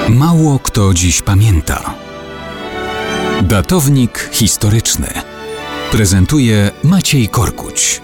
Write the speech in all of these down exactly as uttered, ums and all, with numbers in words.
Mało kto dziś pamięta. Datownik historyczny prezentuje Maciej Korkuć.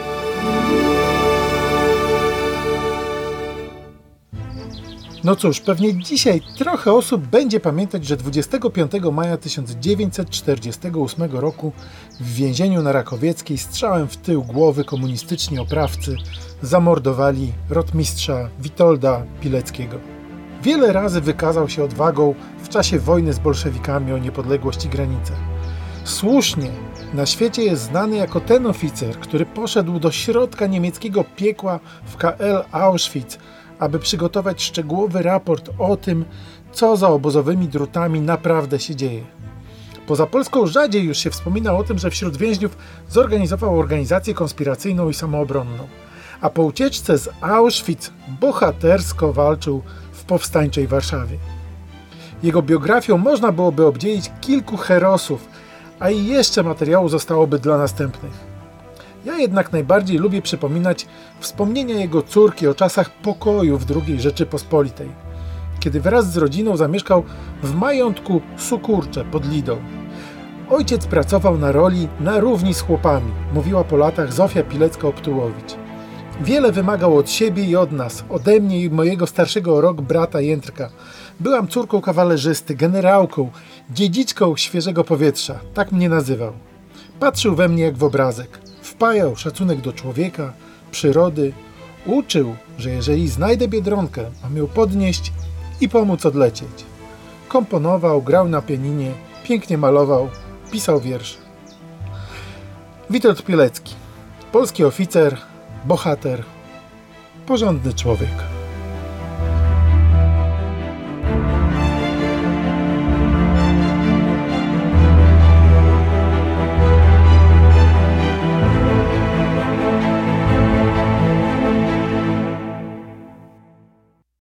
No cóż, pewnie dzisiaj trochę osób będzie pamiętać, że dwudziestego piątego maja tysiąc dziewięćset czterdziestego ósmego roku w więzieniu na Rakowieckiej strzałem w tył głowy komunistyczni oprawcy zamordowali rotmistrza Witolda Pileckiego. Wiele razy wykazał się odwagą w czasie wojny z bolszewikami o niepodległość i granice. Słusznie na świecie jest znany jako ten oficer, który poszedł do środka niemieckiego piekła w K L Auschwitz, aby przygotować szczegółowy raport o tym, co za obozowymi drutami naprawdę się dzieje. Poza Polską rzadziej już się wspomina o tym, że wśród więźniów zorganizował organizację konspiracyjną i samoobronną, a po ucieczce z Auschwitz bohatersko walczył w powstańczej Warszawie. Jego biografią można byłoby obdzielić kilku herosów, a i jeszcze materiału zostałoby dla następnych. Ja jednak najbardziej lubię przypominać wspomnienia jego córki o czasach pokoju w drugiej Rzeczypospolitej, kiedy wraz z rodziną zamieszkał w majątku Sukurcze pod Lidą. Ojciec pracował na roli na równi z chłopami, mówiła po latach Zofia Pilecka-Optułowicz. Wiele wymagał od siebie i od nas, ode mnie i mojego starszego o rok brata Jędrka. Byłam córką kawalerzysty, generałką, dziedziczką świeżego powietrza, tak mnie nazywał. Patrzył we mnie jak w obrazek. Wpajał szacunek do człowieka, przyrody, uczył, że jeżeli znajdę Biedronkę, mam ją podnieść i pomóc odlecieć. Komponował, grał na pianinie, pięknie malował, pisał wiersze. Witold Pilecki, polski oficer, bohater, porządny człowiek.